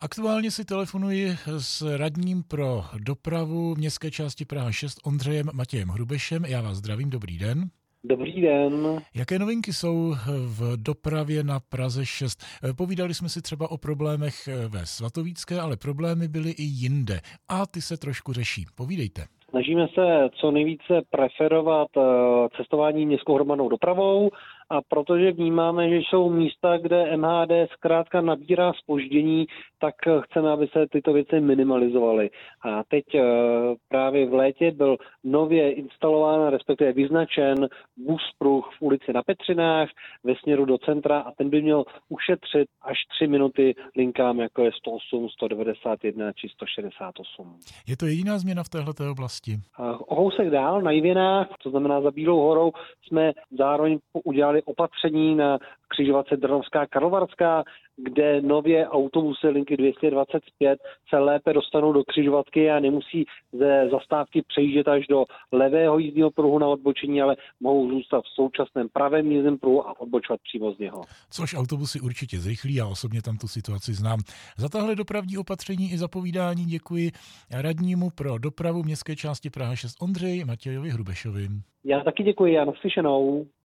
Aktuálně si telefonuji s radním pro dopravu městské části Praha 6 Ondřejem Matějem Hrubešem. Já vás zdravím, dobrý den. Dobrý den. Jaké novinky jsou v dopravě na Praze 6? Povídali jsme si třeba o problémech ve Svatovícké, ale problémy byly i jinde a ty se trošku řeší. Povídejte. Snažíme se co nejvíce preferovat cestování městskou hromadnou dopravou, a protože vnímáme, že jsou místa, kde MHD zkrátka nabírá zpoždění, tak chceme, aby se tyto věci minimalizovaly. A teď právě v létě byl nově instalován, respektive vyznačen buspruh v ulici Na Petřinách ve směru do centra a ten by měl ušetřit až 3 minuty linkám, jako je 108, 191 či 168. Je to jediná změna v téhleté oblasti? O kousek dál na Jivinách, to znamená za Bílou horou, jsme zároveň udělali opatření na křižovatce Drnovská Karlovarská, kde nově autobusy linky 225 se lépe dostanou do křižovatky a nemusí ze zastávky přejíždět až do levého jízdního pruhu na odbočení, ale mohou zůstat v současném pravém jízdním pruhu a odbočovat přímo z něho. Což autobusy určitě zrychlí, já osobně tam tu situaci znám. Za tahle dopravní opatření i za povídání děkuji radnímu pro dopravu městské části Praha 6 Ondřeji Matějovi Hrubešovi. Já taky děkuji a naslyšenou.